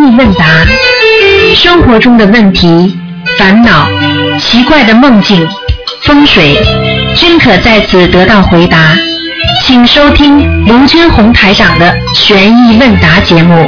意问答，生活中的问题、烦恼、奇怪的梦境、风水，均可在此得到回答。请收听卢军红台长的悬疑问答节目。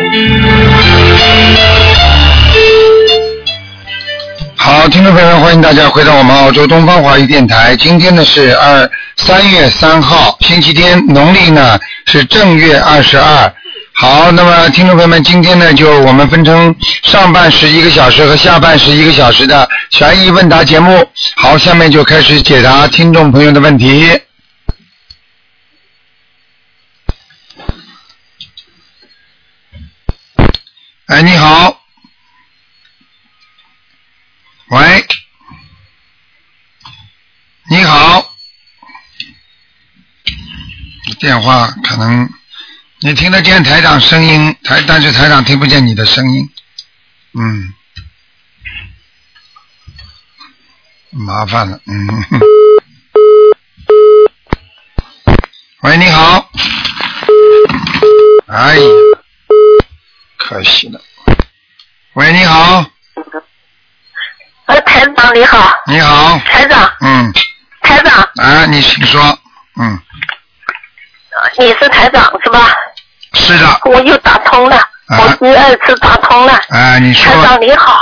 好，听众朋友们，欢迎大家回到我们澳洲东方华语电台。今天呢是3月3号，星期天，农历呢是正月22。好，那么听众朋友们，今天呢就我们分成上半时1个小时和下半时1个小时的悬疑问答节目。好，下面就开始解答听众朋友的问题。哎，你好。喂，你好，电话可能你听得见台长声音，但是台长听不见你的声音，麻烦了，喂，你好，哎呀，可惜了，喂，你好。 台长你好。 你好。 台长。台长。 你请说。 你是台长是吧？ 是的。 我又打通了，我第2次打通了。 你说。 台长你好。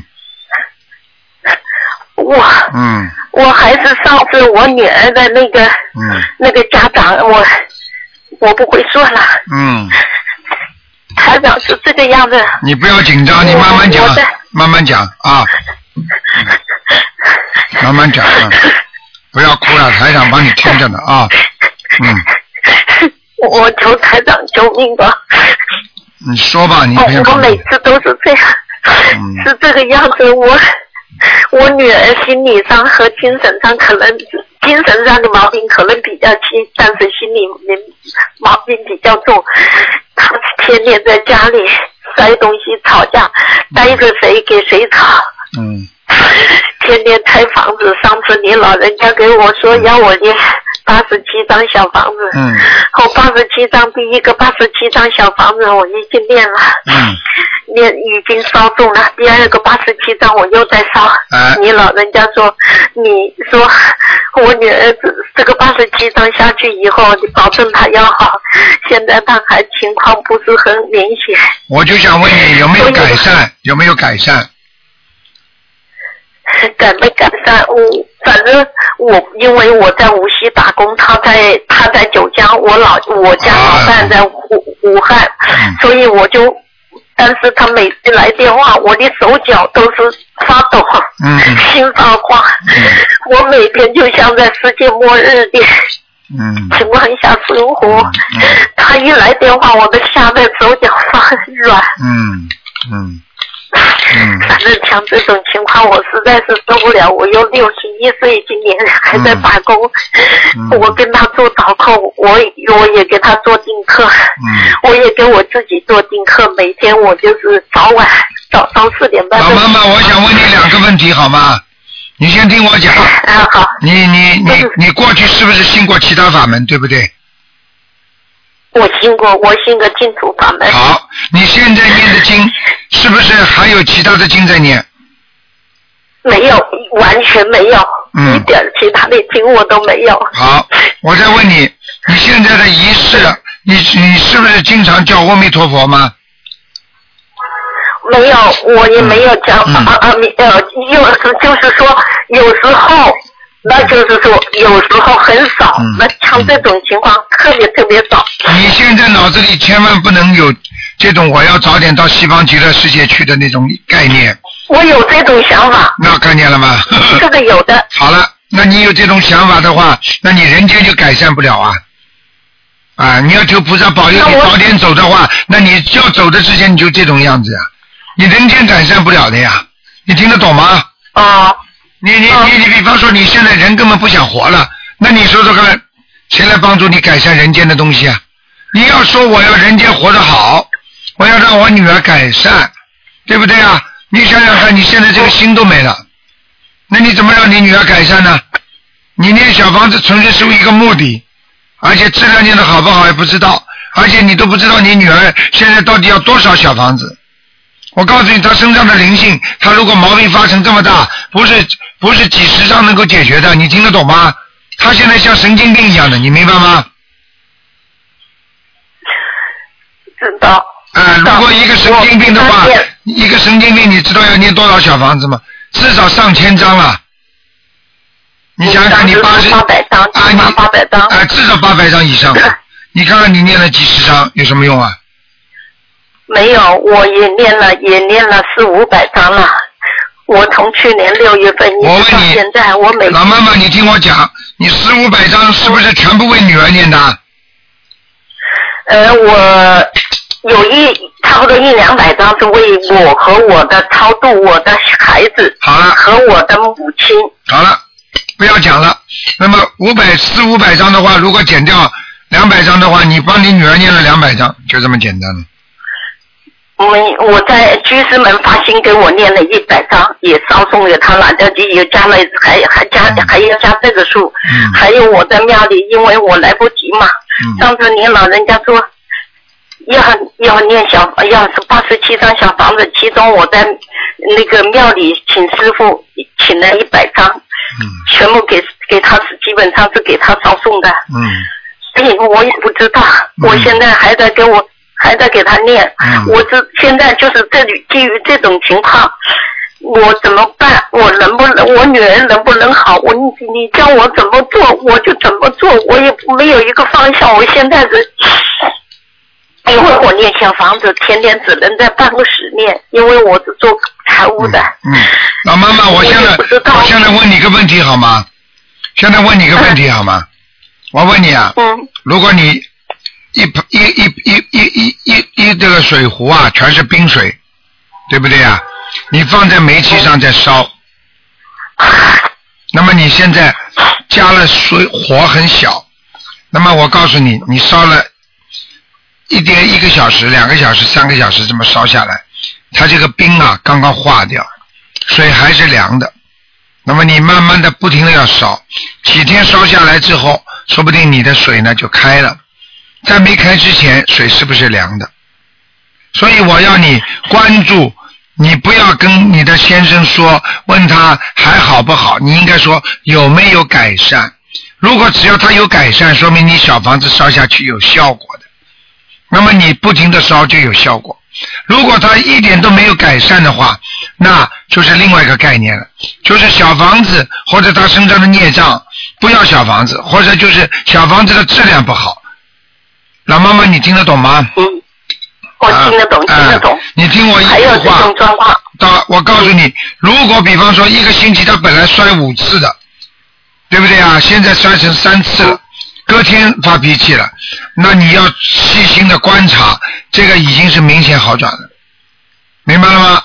我还是上次我女儿的那个家长，我不会说了。台长是这个样子。 你不要紧张，你慢慢讲，慢慢讲啊。慢慢讲，不要哭了，台长帮你听着呢啊。 我求台长救命吧。 你说吧，你不要。 我每次都是这样，是这个样子。我女儿心理上和精神上精神上的毛病可能比较轻，但是心理毛病比较重。她天天在家里摔东西吵架，带着谁给谁吵。天天拆房子，上次你老人家给我说要我念87张小房子，后87张，第一个87张小房子我已经念了，已经烧中了，第二个87张我又在烧，你老人家说，你说我女儿这个87张下去以后，你保证她要好，现在她还情况不是很明显。 我就想问你有没有改善？有没有改善？ 改没改善？反正因为我在无锡打工，他在九江，我家老伴在武汉，所以但是他每次来电话，我的手脚都是发抖，心发慌，我每天就像在世界末日的情况下生活，他一来电话，我的下面手脚发软。反正像这种情况我实在是受不了，我又61岁，今年还在打工，我跟他做祷告，我也给他做定课，我也给我自己做定课，每天我就是早上4点半。老妈妈，我想问你2个问题好吗？你先听我讲。 好。 你过去是不是信过其他法门，对不对？ 我信个净土法门。 好，你现在念的经是不是还有其他的经在念？ 没有，完全没有，一点其他的经我都没有。 好，我再问你，你现在的仪式，你是不是经常叫阿弥陀佛吗？ 没有，我也没有叫就是说有时候。那就是说有时候很少，那像这种情况特别少。 你现在脑子里千万不能有这种我要早点到西方极乐世界去的那种概念。 我有这种想法。 那概念了吗？ 这个有的。 好了，那你有这种想法的话，那你人间就改善不了啊！你要求菩萨保佑你早点走的话，那你要走的之前你就这种样子呀，你人间改善不了的呀，你听得懂吗？你比方说你现在人根本不想活了，那你说说看，谁来帮助你改善人间的东西啊？你要说我要人间活得好，我要让我女儿改善，对不对啊？你想想看，你现在这个心都没了，那你怎么让你女儿改善呢？你念小房子纯粹是一个目的，而且质量念得好不好也不知道，而且你都不知道你女儿现在到底要多少小房子， 我告诉你，他身上的灵性，他如果毛病发成这么大，不是几十张能够解决的，你听得懂吗？他现在像神经病一样的，你明白吗？ 知道。 如果一个神经病的话，一个神经病，你知道要念多少小房子吗？至少上千张了。你想想看，你 800张啊，你800张至少800张以上。你看看你念了几十张，有什么用啊？ 没有，我也念了400-500张了。我从去年6月份一直到现在，我每老妈妈，你听我讲，你400-500张是不是全部为女儿念的？ 我有差不多100-200张是为我和我的超度我的孩子， 好了， 和我的母亲。 好了，不要讲了。那么400-500张的话，如果减掉200张的话，你帮你女儿念了200张，就这么简单了。 我在居士们发心给我念了100张，也烧送给他了，又加了还要加这个数，还有我在庙里，因为我来不及嘛。上次您老人家说要念要是87张小房子，其中我在那个庙里请师傅请了100张，全部给他是基本上是给他烧送的。所以我也不知道，我现在还在给他念，现在就是基于这种情况，我怎么办？我女儿能不能好？你叫我怎么做，我就怎么做，我也没有一个方向。我现在因为我念小房子，天天只能在办公室念，因为我是做财务的。 老妈妈，我现在问你个问题好吗？我问你啊，如果你这个水壶啊，全是冰水，对不对啊？你放在煤气上在烧，那么你现在加了水，火很小，那么我告诉你，你烧了1个小时、2个小时、3个小时这么烧下来，它这个冰啊刚刚化掉，水还是凉的，那么你慢慢的不停的要烧，几天烧下来之后，说不定你的水呢就开了，在没开之前水是不是凉的？所以我要你关注，你不要跟你的先生说问他还好不好，你应该说有没有改善。如果只要他有改善，说明你小房子烧下去有效果的，那么你不停的烧就有效果。如果他一点都没有改善的话，那就是另外一个概念了，就是小房子或者他身上的孽障，不要小房子，或者就是小房子的质量不好。老妈妈，你听得懂吗？ 我听得懂，听得懂。 你听我一句话。还有这种状况。 我告诉你，如果比方说一个星期他本来摔5次的，对不对啊？现在摔成3次了，隔天发脾气了，那你要细心的观察，这个已经是明显好转了，明白了吗？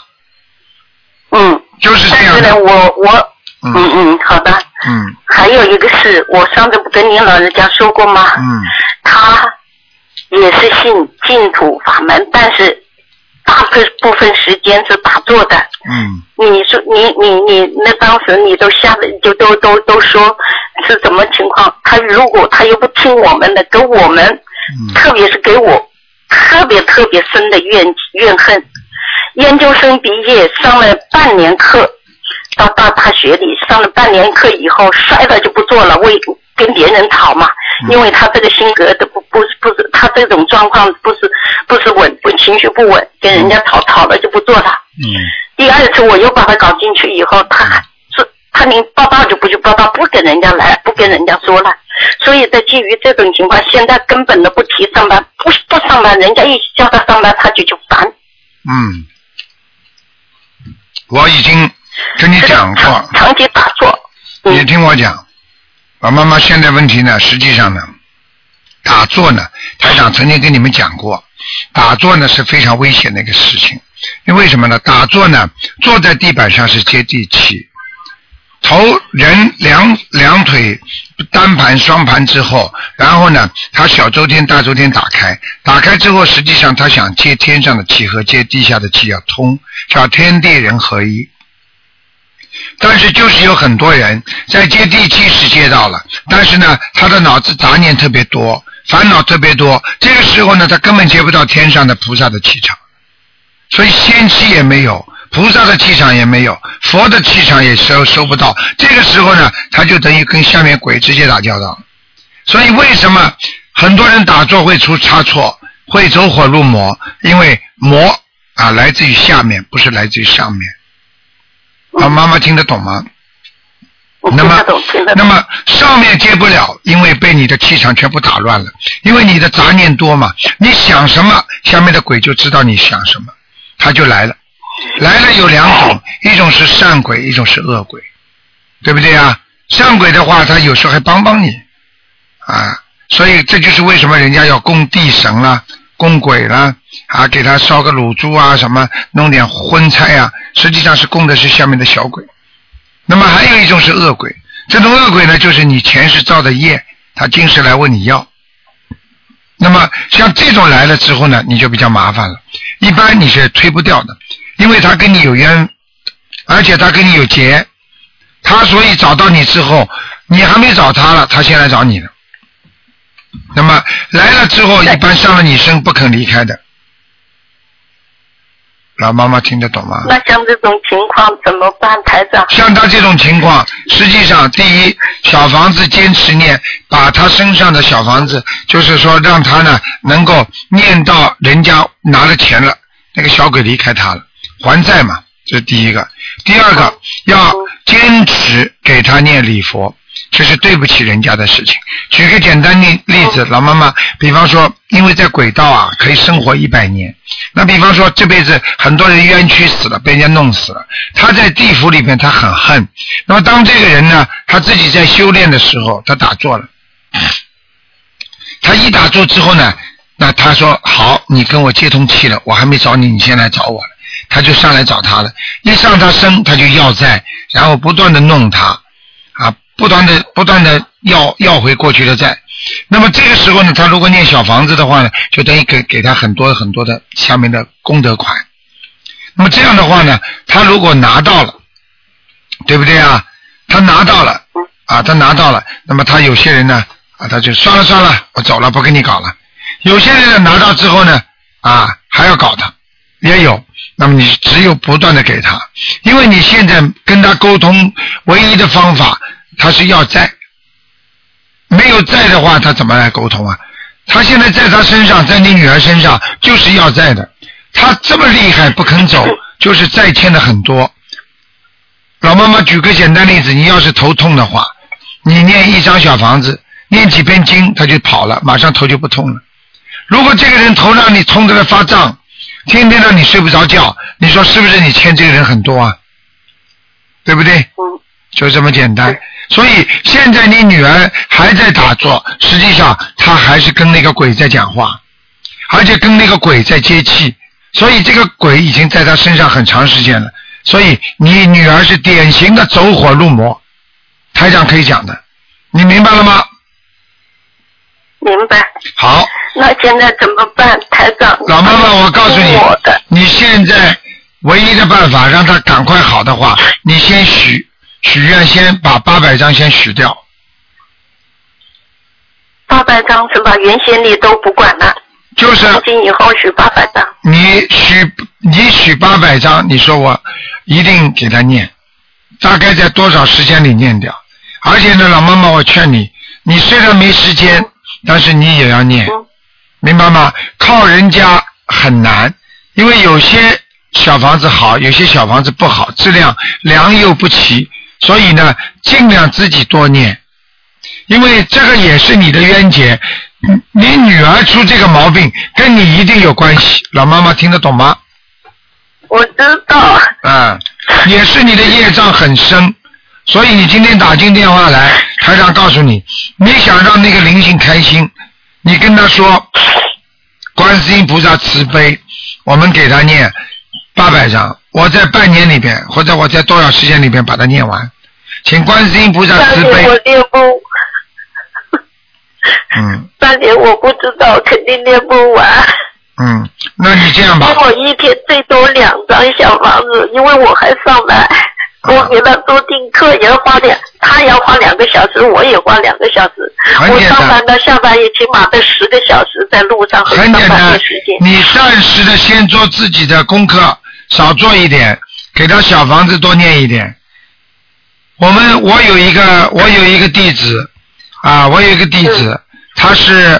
就是这样的。 但是呢，好的。还有一个是我上次不跟您老人家说过吗？他也是信净土法门，但是大部分时间是打坐的。你说你那当时你都吓得就都说是什么情况？如果他又不听我们的，给我们，特别是给我特别深的怨恨。研究生毕业上了半年课，到大学里上了半年课以后，摔了就不做了，为跟别人吵嘛。因为他这个性格的不是他这种状况不是稳，情绪不稳，跟人家吵了就不做了。第二次我又把他搞进去以后，他连报道就不去报道，不跟人家来，不跟人家说了。所以在基于这种情况，现在根本都不提上班，不上班，人家一叫他上班他就烦。 我已经跟你讲过， 长期打坐。 你听我讲，我妈妈现在问题呢，实际上呢，打坐呢，台长曾经跟你们讲过，打坐呢是非常危险的一个事情。因为什么呢？打坐呢，坐在地板上是接地气，头人两腿单盘双盘之后，然后呢，他小周天大周天打开之后，实际上他想接天上的气和接地下的气要通，叫天地人合一。但是就是有很多人在接地气是接到了，但是呢，他的脑子杂念特别多，烦恼特别多，这个时候呢，他根本接不到天上的菩萨的气场。 所以仙气也没有，菩萨的气场也没有，佛的气场也收不到。这个时候呢，他就等于跟下面鬼直接打交道。所以为什么很多人打坐会出差错，会走火入魔？因为魔啊来自于下面，不是来自于上面。妈妈听得懂吗？那么上面接不了，因为被你的气场全部打乱了，因为你的杂念多嘛，你想什么，下面的鬼就知道你想什么，他就来了。来了有两种，一种是善鬼，一种是恶鬼，对不对啊？善鬼的话，他有时候还帮你啊，所以这就是为什么人家要供地神啦，供鬼啦，啊，给他烧个卤猪啊，什么弄点荤菜啊，实际上是供的是下面的小鬼。那么还有一种是恶鬼，这种恶鬼呢，就是你前世造的业，他今世来问你要。那么像这种来了之后呢，你就比较麻烦了，一般你是推不掉的，因为他跟你有冤，而且他跟你有结，他所以找到你之后，你还没找他了，他先来找你了。那么来了之后，一般上了你身不肯离开的。老妈妈听得懂吗？ 那像这种情况怎么办，台长？ 像他这种情况，实际上第一，小房子坚持念，把他身上的小房子，就是说让他呢能够念到人家拿了钱了，那个小鬼离开他了，还债嘛，这是第一个。第二个，要坚持给他念礼佛，这是对不起人家的事情。举个简单例子，老妈妈，比方说，因为在轨道啊可以生活100年，那比方说这辈子很多人冤屈死了，被人家弄死了，他在地府里面他很恨，那么当这个人呢，他自己在修炼的时候，他打坐了，他一打坐之后呢，那他说好，你跟我接通气了，我还没找你，你先来找我了，他就上来找他了，一上他身他就要债，然后不断的弄他啊，不断的要回过去的债。那么这个时候呢，他如果念小房子的话呢，就等于给他很多很多的下面的功德款。那么这样的话呢，他如果拿到了，对不对啊？他拿到了啊，他拿到了，那么他有些人呢啊，他就算了，我走了，不跟你搞了。有些人呢拿到之后呢啊，还要搞他，也有。那么你只有不断的给他，因为你现在跟他沟通唯一的方法，他是要债。没有债的话，他怎么来沟通啊？他现在在他身上，在你女儿身上，就是要债的。他这么厉害不肯走，就是债欠的很多。老妈妈举个简单例子，你要是头痛的话，你念一张小房子，念几遍经，他就跑了，马上头就不痛了。如果这个人头让你痛得发胀，天天让你睡不着觉，你说是不是你欠这个人很多啊？对不对？就这么简单。所以现在你女儿还在打坐，实际上她还是跟那个鬼在讲话，而且跟那个鬼在接气，所以这个鬼已经在她身上很长时间了。所以你女儿是典型的走火入魔，台长可以讲的，你明白了吗？ 明白。 好。 那现在怎么办，台长？ 老妈妈，我告诉你，你现在唯一的办法让她赶快好的话，你先许愿，先把800张先许掉。 800张是吧？原先你都不管了。 就是从今以后许800张。 你许800张，你说我一定给他念，大概在多少时间里念掉？而且呢，老妈妈，我劝你，你虽然没时间，但是你也要念，明白吗？靠人家很难，因为有些小房子好，有些小房子不好，质量良莠不齐，所以呢，尽量自己多念，因为这个也是你的冤结。你女儿出这个毛病跟你一定有关系，老妈妈听得懂吗？ 我知道。 也是你的业障很深，所以你今天打进电话来，台长告诉你，你想让那个灵性开心，你跟他说观世音菩萨慈悲，我们给他念800张，我在半年里边或者我在多少时间里边把它念完，请观世音菩萨慈悲。 半年我不知道，肯定念不完。 那你这样吧。 我一天最多2张小房子，因为我还上班。 我给他多听课也要他要花2个小时，我也花2个小时。我上班到下班也起码得10个小时在路上和上班的时间。 你暂时的先做自己的功课，少做一点，给他小房子多念一点。我有一个弟子啊，他是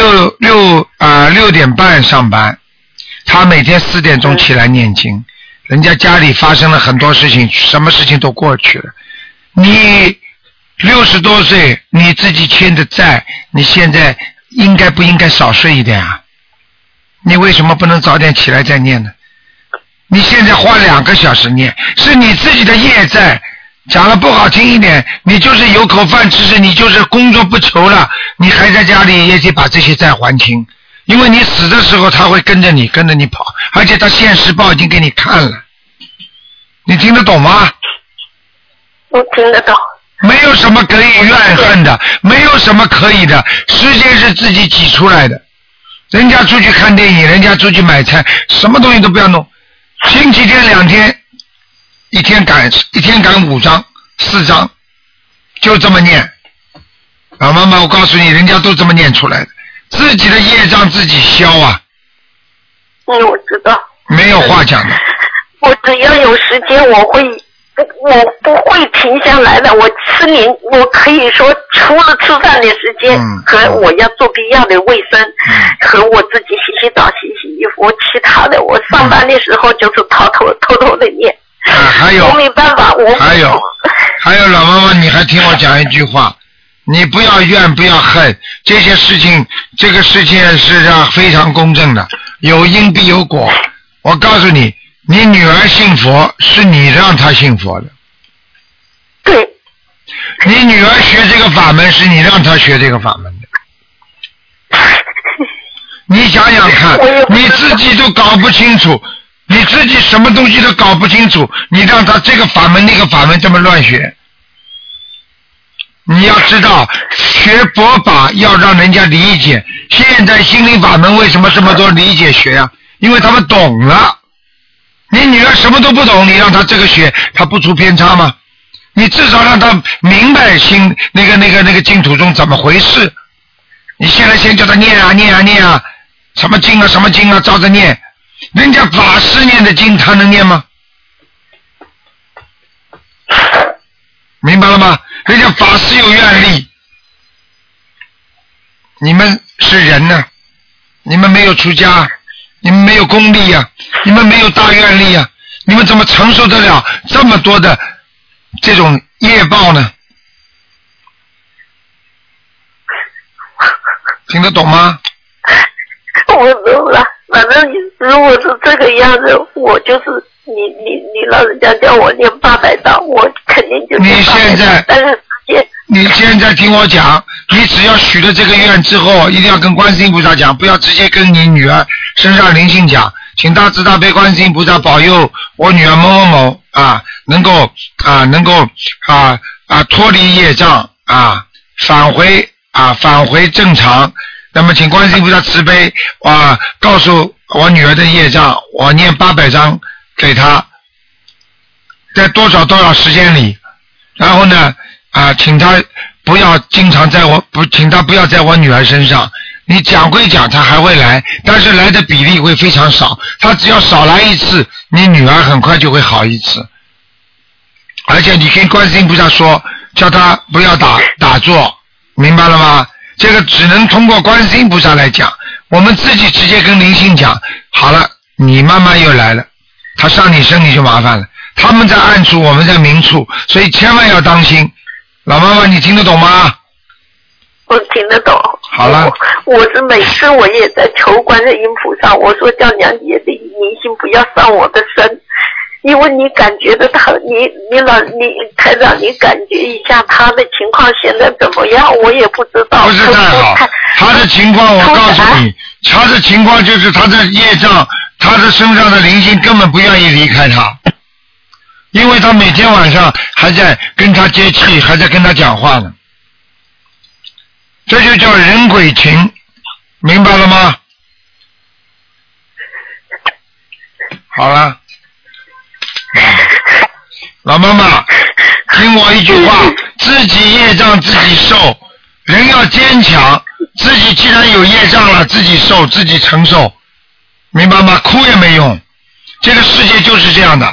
6点半上班，他每天4点钟起来念经。人家家里发生了很多事情，什么事情都过去了。你60多岁，你自己欠的债，你现在应该不应该少睡一点啊？你为什么不能早点起来再念呢？你现在花2个小时念，是你自己的业债。讲了不好听一点，你就是有口饭吃，你就是工作不求了，你还在家里也得把这些债还清。因为你死的时候他会跟着你跑，而且他现实报已经给你看了，你听得懂吗？ 我听得懂。 没有什么可以怨恨的，没有什么可以的，时间是自己挤出来的。人家出去看电影，人家出去买菜，什么东西都不要弄。星期天2天，一天赶5章4章，就这么念。老妈妈，我告诉你，人家都这么念出来的。自己的业障自己消啊。 我知道。 没有话讲的。 我只要有时间，我不会停下来的。我可以说除了吃饭的时间，和我要做必要的卫生，和我自己洗澡、洗衣服，其他的我上班的时候就是偷偷的念。 还有。 我没办法， 还有老妈妈，你还听我讲一句话。你不要怨，不要恨，这个事情是非常公正的，有因必有果。我告诉你，你女儿信佛是你让她信佛的。 对。 你女儿学这个法门是你让她学这个法门的。你想想看，你自己都搞不清楚，你自己什么东西都搞不清楚，你让她这个法门那个法门这么乱学。你要知道，学佛法要让人家理解。现在心灵法门为什么这么多理解学啊？因为他们懂了。你女儿什么都不懂，你让她这个学，她不出偏差吗？你至少让她明白那个净土中怎么回事。你现在先叫她念啊，什么经啊，照着念。人家法师念的经，他能念吗？明白了吗？人家法师有愿力，你们是人呢，你们没有出家，你们没有功力呀，你们没有大愿力呀，你们怎么承受得了这么多的这种业报呢？听得懂吗？ 我懂了，反正如果是这个样子，我就是你老人家叫我念800章，我肯定就念800章。但是时间， 你现在听我讲，你只要许了这个愿之后，一定要跟观世音菩萨讲，不要直接跟你女儿身上灵性讲，请大慈大悲观世音菩萨保佑我女儿某某某能够脱离业障返回正常。那么请观世音菩萨慈悲告诉我女儿的业障，我念800章给她，在多少时间里，然后呢请她不要经常请她不要在我女儿身上。你讲归讲，她还会来，但是来的比例会非常少，她只要少来一次，你女儿很快就会好一次。而且你跟观世音菩萨说，叫她不要打坐，明白了吗？这个只能通过观世音菩萨来讲，我们自己直接跟灵性讲，好了，你慢慢又来了，他上你身你就麻烦了，他们在暗处，我们在明处，所以千万要当心。老妈妈，你听得懂吗？ 我听得懂。 好了。 我是每次我也在求观世音菩萨，我说叫娘姐的灵性不要上我的身。因为你感觉得到，你台长，你感觉一下他的情况现在怎么样？我也不知道。 不是太好，他的情况我告诉你，他的情况就是他的业障，他的身上的灵性根本不愿意离开他，因为他每天晚上还在跟他接气，还在跟他讲话呢，这就叫人鬼情，明白了吗？好了。 老妈妈，听我一句话，自己业障自己受，人要坚强，自己既然有业障了，自己受，自己承受，明白吗？哭也没用，这个世界就是这样的。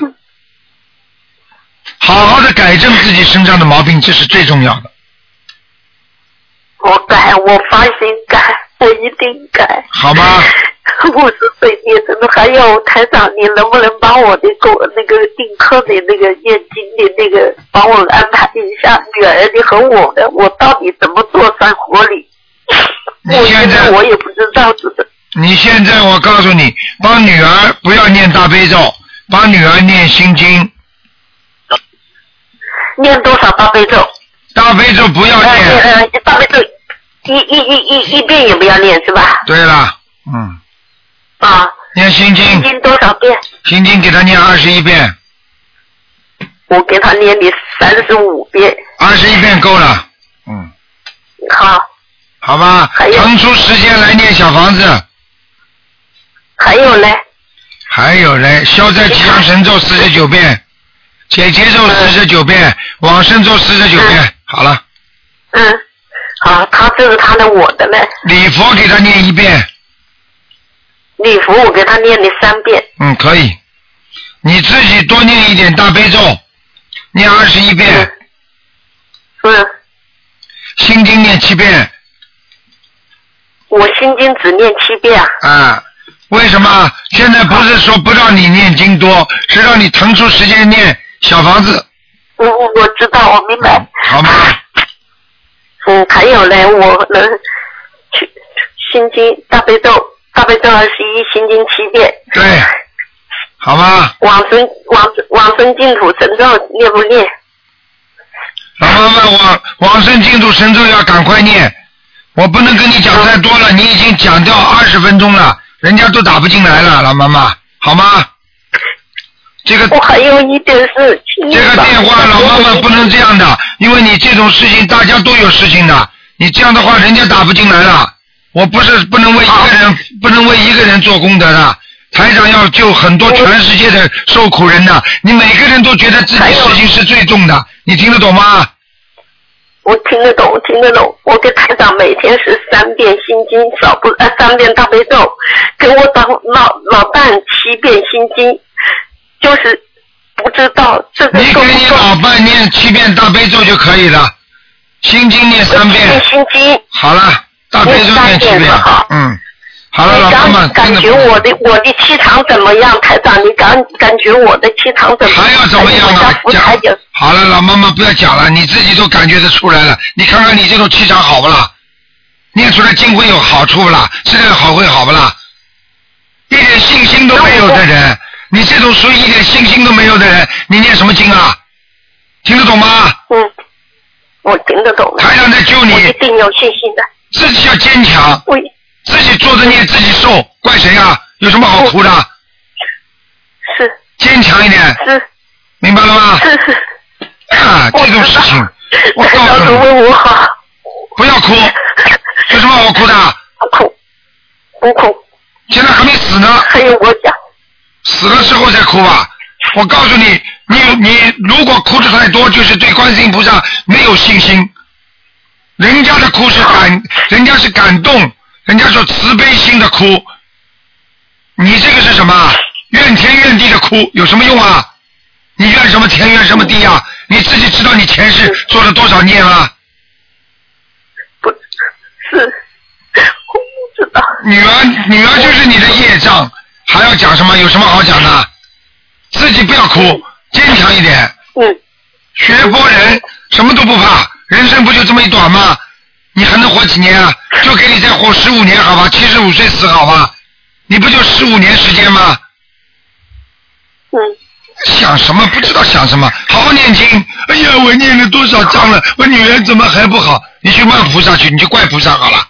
好好的改正自己身上的毛病，这是最重要的。 我改，我发心改，我一定改。 好吗 ？50岁念真的，还有台长，你能不能帮我那个订课的那个念经的那个，帮我安排一下女儿的和我的，我到底怎么做善活里？我也不知道这个。 你现在我告诉你，帮女儿不要念大悲咒，帮女儿念心经。 念多少大悲咒？ 大悲咒不要念。 大悲咒一遍也不要念是吧？ 对了， 啊。 念心经。 心经多少遍？ 心经给他念21遍。 我给他念的35遍。 21遍够了。 好。 好吧。腾出时间来念小房子。 还有嘞。 消灾吉祥神咒49遍。解结咒49遍，往生咒49遍，好了。 好，他这是他的，我的呢。 礼佛给他念1遍。 礼佛我给他念了3遍。 可以。你自己多念一点大悲咒，念21遍。心经念7遍。 我心经只念7遍啊。为什么？现在不是说不让你念经多，是让你腾出时间念小房子。 我知道，我明白。 好吗？ 还有呢，我能去心经大悲咒21，心经7遍。 对，好吗？ 往生净土神咒念不念？ 老妈妈，往生净土神咒要赶快念，我不能跟你讲太多了，你已经讲掉20分钟了，人家都打不进来了，老妈妈，好吗？ 我还有一点是这个电话老妈妈不能这样的，因为你这种事情大家都有事情的，你这样的话人家打不进来了。我不能为一个人做功德的，台长要救很多全世界的受苦人的，你每个人都觉得自己事情是最重的，你听得懂吗？ 我听得懂。我给台长每天是3遍心经，3遍大悲咒，给我老伴7遍心经。就是不知道这个。你给你老伴念7遍大悲咒就可以了，心经念3遍。 心经。 好了，大悲咒念7遍。好了，老妈妈。 感觉我的气场怎么样？台长，你感觉我的气场怎么样？ 还要怎么样啊？好了，老妈妈不要讲了，你自己都感觉得出来了。你看看你这种气场好不啦？念出来经会有好处不啦？质量好会好不啦？一点信心都没有的人。你这种属于一点信心都没有的人，你念什么经啊？听得懂吗？ 我听得懂。 台长在救你。 我一定有信心的。 自己要坚强。自己做着念自己受，怪谁啊？有什么好哭的？ 是。 坚强一点。 是。 明白了吗？ 是。 这种事情，我告诉你。 为我好。 不要哭，有什么好哭的？ 不哭。 现在还没死呢。 还有我讲。 死了之后再哭吧，我告诉你，你如果哭得太多，就是对观世音菩萨没有信心。人家的哭是人家是感动，人家说慈悲心的哭。你这个是什么？怨天怨地的哭，有什么用啊？你怨什么天怨什么地啊？你自己知道你前世做了多少孽啊？ 不是，我不知道。 女儿就是你的业障。还要讲什么？有什么好讲的？自己不要哭，坚强一点。学佛人什么都不怕，人生不就这么一短吗？你还能活几年啊？就给你再活15年好吧，75岁死好吧？你不就15年时间吗？想什么？不知道想什么？好好念经。哎呀，我念了多少章了？我女儿怎么还不好？你去骂菩萨去，你就怪菩萨好了。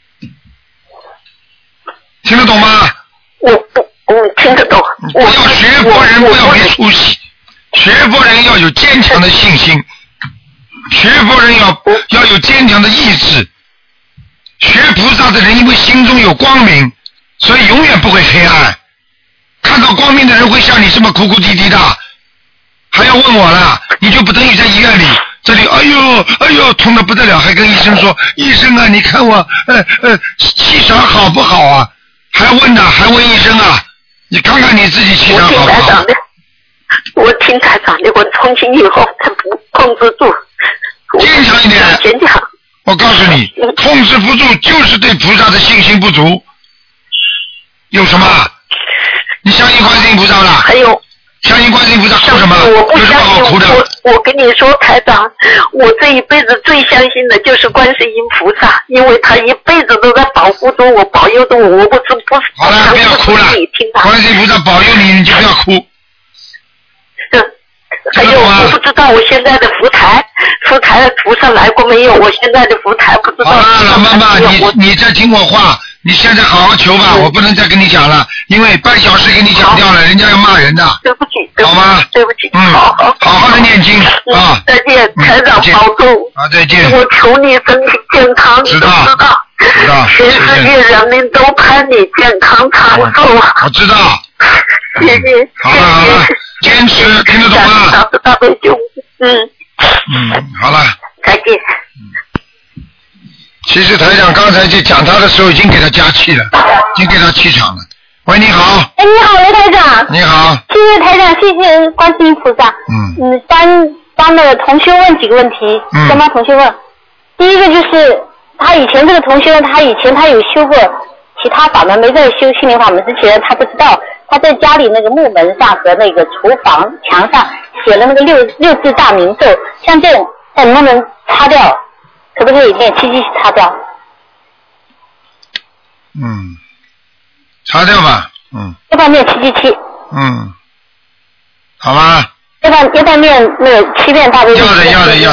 听得懂吗？ 我听得懂。 不要学佛人，不要没出息。学佛人要有坚强的信心，学佛人要有坚强的意志。学菩萨的人因为心中有光明，所以永远不会黑暗。看到光明的人会像你这么哭哭啼啼的， 还要问我了，你就不等于在医院里，这里哎呦痛得不得了，还跟医生说，医生啊，你看我气场好不好啊？还问呢，还问医生啊？你看看你自己气场好不好？ 我听台长的，我从今以后才不控制住。 坚强一点。 坚强。 我告诉你，控制不住就是对菩萨的信心不足。有什么？你相信观世音菩萨了？还有。相信观世音菩萨哭什么？ 我不相信。 有什么好哭的？ 我跟你说，台长，我这一辈子最相信的就是观世音菩萨，因为他一辈子都在保护着我，保佑着我。我不。 好了，不要哭了。观世音菩萨保佑你，你就不要哭。 还有，我不知道我现在的福台菩萨来过没有？我现在的福台不知道。好了， 老妈妈，你再听我话，你现在好好求吧，我不能再跟你讲了，因为半小时给你讲掉了，人家要骂人的。 对不起， 好吗？ 对不起。 好好的念经啊！ 再见，台长保重。 啊，再见。 我求你身体健康，你都知道。 知道。 全世界人民都盼你健康长寿啊！ 我知道。 谢谢。 好了，坚持，听得懂吗？ 大悲咒。 好了。 再见。 其实台长刚才就讲他的时候，已经给他加气了，已经给他气场了。喂，你好。 哎，你好，刘台长。 你好。 谢谢台长，谢谢观世音菩萨。帮那个同学问几个问题。先帮同学问。第一个就是他以前这个同学，他以前有修过其他法门，没在修心灵法门之前，他不知道。他在家里那个木门上和那个厨房墙上写了那个六字大明咒，像这种能不能擦掉？可不可以念777擦掉？ 擦掉吧。 要不要念777？ 好吧。 要不要念那个7遍大悲咒？ 要的。要的。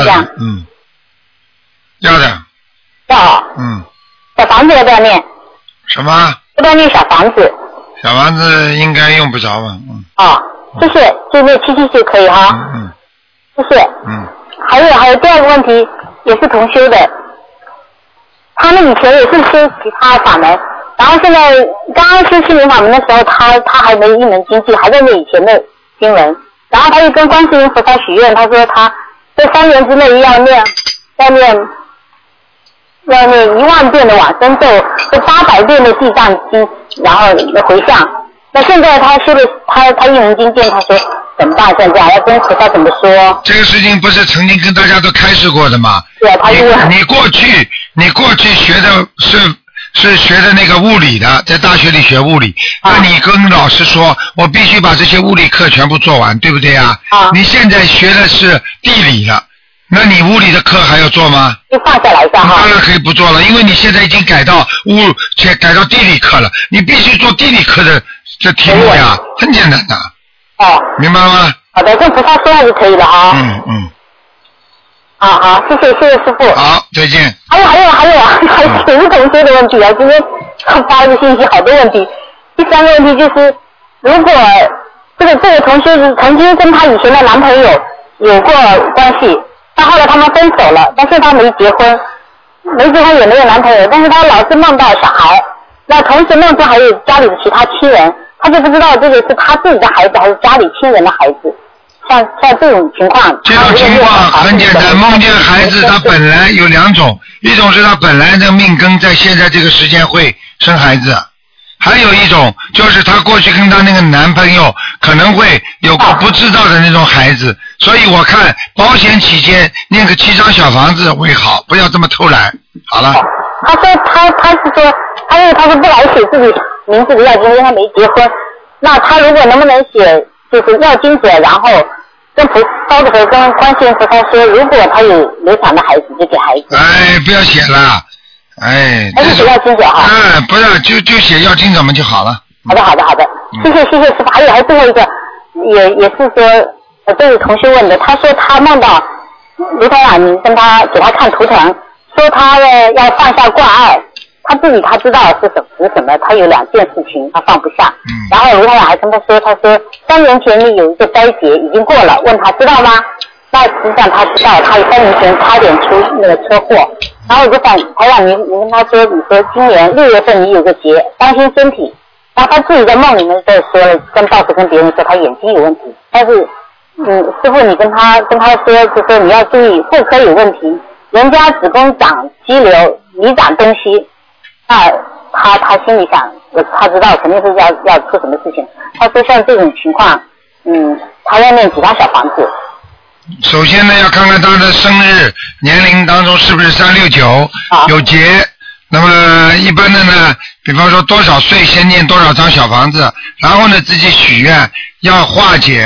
要。小房子要不要念？ 什么？ 要不要念小房子？ 小房子应该用不着吧。 谢谢，就念777可以哈。谢谢。还有第二个问题，也是同修的，他们以前也是修其他法门，然后现在刚刚修心灵法门的时候，他还没一门经济，还在念以前的经文，然后他就跟观世音菩萨许愿，他说他这3年之内要念1万遍的往生咒，这800遍的地藏经，然后回向。那现在他修的他一门经见，他说怎么办？现在要跟菩萨怎么说？ 这个事情不是曾经跟大家都开示过的吗？ 对啊，他你过去学的是学的那个物理的，在大学里学物理，那你跟老师说，我必须把这些物理课全部做完，对不对啊？你现在学的是地理的。那你物理的课还要做吗？ 就放下来一下哈。 当然可以不做了，因为你现在已经改到地理课了，你必须做地理课的这题目呀，很简单的。明白了吗？ 好的，跟菩萨说就可以了啊。好，谢谢师傅。 好，再见。 还有同学的问题啊，今天发的信息好多问题。第3个问题就是，如果这个同学是曾经跟他以前的男朋友有过关系。但后来他们分手了，但是他没结婚也没有男朋友，但是他老是梦到小孩，那同时梦中还有家里的其他亲人，他就不知道这个是他自己的孩子还是家里亲人的孩子。像这种情况， 这种情况很简单，梦见孩子他本来有2种，一种是他本来的命根在现在这个时间会生孩子，还有一种就是她过去跟她那个男朋友可能会有个不知道的那种孩子，所以我看保险起见念个7张小房子为好，不要这么偷懒。好了。 他说因为他是不来写自己名字的要经，因为他没结婚。那他如果能不能写就是要经者，然后跟烧的时候跟观世音菩萨说，如果他有流产的孩子就给孩子。 不要写了。 还是写要经者哈。 不是，就写要经者们就好了。 好的，谢谢师傅。还有最后一个，也是说这位同学问的，他说他梦到卢台长你给他看图腾，说他要放下挂碍，他自己知道是什么，他有2件事情他放不下。然后卢台长还跟他说3年前你有一个灾劫已经过了，问他知道吗？那实际上他知道，他3年前差点出那个车祸。然后我就想，台长你跟他说，你说今年6月份你有个劫，当心身体。然后他自己在梦里面在说了，跟道士跟别人说他眼睛有问题，但是师傅你跟他说，就说你要注意妇科有问题，人家子宫长肌瘤，你长东西，那他心里想，他知道肯定是要出什么事情。他说像这种情况，他要念几张小房子？ 首先呢，要看看他的生日年龄当中是不是369有劫。那么一般的呢，比方说多少岁先念多少张小房子，然后呢自己许愿要化解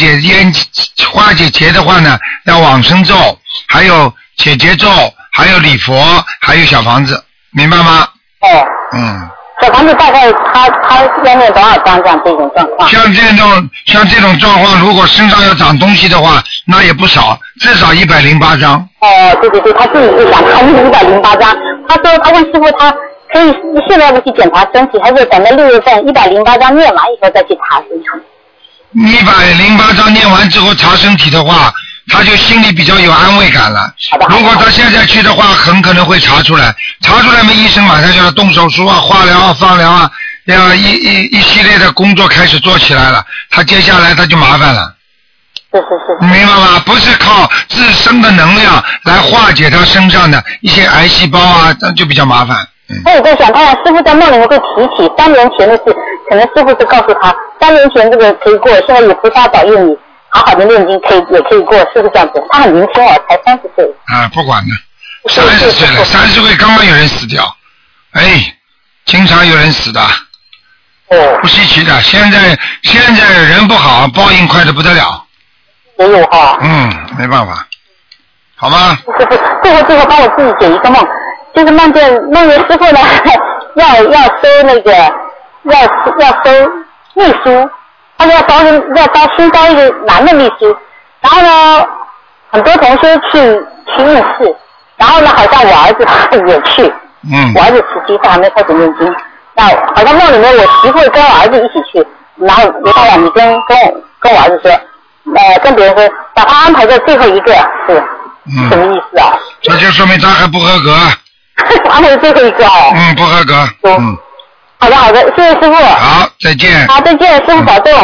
劫的话呢，要往生咒，还有解结咒，还有礼佛，还有小房子，明白吗？ 小房子大概他要念多少张这种状况？ 像这种状况，如果身上要长东西的话，那也不少，至少108张。 对，他自己就想看108张。他问师傅，他可以现在不去检查身体，还是等到6月份108张念完以后再去查身体 ？108张念完之后查身体的话，他就心里比较有安慰感了。如果他现在去的话，很可能会查出来嘛，医生马上就要动手术啊、化疗啊、放疗啊，要一系列的工作开始做起来了，他接下来他就麻烦了。 是。 你明白吗？不是靠自身的能量来化解他身上的一些癌细胞啊，那就比较麻烦。 那我在想，看师傅在梦里面会提起3年前的事，可能师傅是告诉他3年前这个可以过，现在有菩萨保佑你好好的念经也可以过，是不是这样子？他很年轻哦，才30岁。 不管了，30岁了，30岁刚刚有人死掉，经常有人死的。不稀奇的，现在人不好，报应快得不得了。 也有哈。 没办法，好吗？ 最后帮我自己解一个梦，就是梦见师傅呢要收那个要收秘书，他要新招一个男的秘书，然后呢很多同学去面试，然后呢好像我儿子也去，我儿子17岁还没开始念经，那好像梦里面我媳妇跟我儿子一起去，然后刘太太你跟我儿子说。跟别人说，把他安排在最后一个，是什么意思啊？ 这就说明他还不合格。 安排在最后一个哦。 不合格。 好的，谢谢师傅。 好，再见。 好，再见，师傅保重。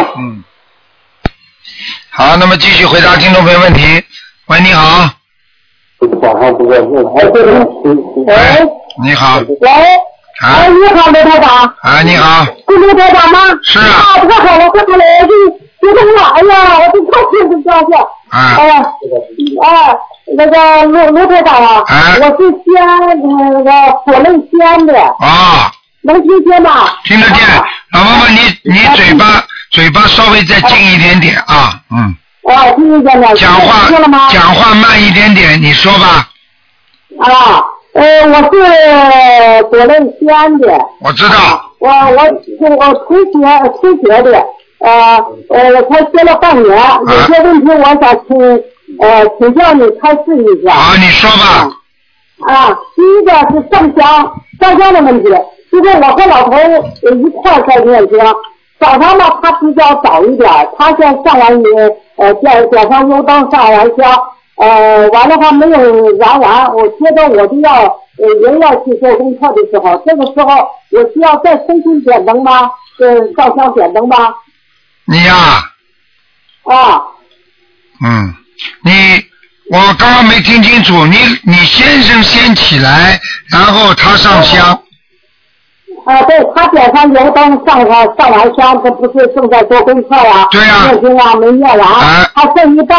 好，那么继续回答听众朋友问题。喂，你好。你好。 喂。你好，刘台长。 你好。 是刘台长吗？ 是啊。 太好了，刘台长，哎呀，我都太兴奋高兴。那个卢台长啊，我是西安那个火类西安的。能听见吗？ 听得见。老妈妈，你嘴巴稍微再近一点点啊。 听得见了。讲话慢一点点，你说吧。 我是火类西安的。 我知道。 我初学的。我才学了半年，有些问题我想请教你开示一下。 你说吧。 第一个是上香的问题，就是我和老头一块儿在念经，早上呢他比较早一点，他先上完点上油灯上完香，完了话没有燃完，接着我就也要去做功课的时候，这个时候我需要再重新点灯吗？上香点灯吗？ 你呀。我刚刚没听清楚，你先生先起来，然后他上香。 对，他点上油灯上完香，这不是正在做功课呀？ 对呀。 念经啊没念完，他剩一半。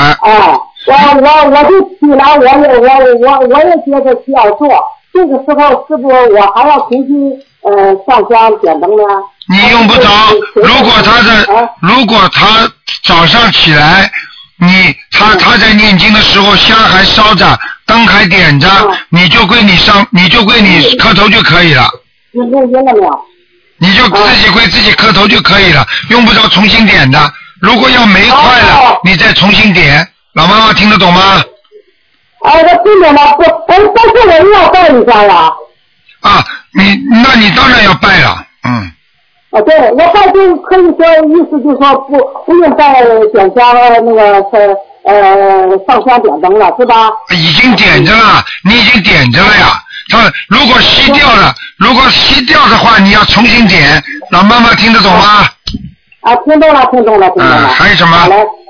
我就起来，我也觉得需要做，这个时候是不是我还要重新上香点灯呢？ 你用不着，如果他早上起来，他在念经的时候香还烧着，灯还点着，你就归你磕头就可以了。 你录音了没有？ 你就自己归自己磕头就可以了，用不着重新点的。如果要没快了，你再重新点。老妈妈听得懂吗？ 我听懂了，但是我又要拜一下了。 那你当然要拜了。 对，我拜就可以说意思就是说不用再点香那个上香点灯了，是吧？ 已经点着了，你已经点着了呀。如果熄掉的话，你要重新点。老妈妈听得懂吗？ 听懂了。 还有什么？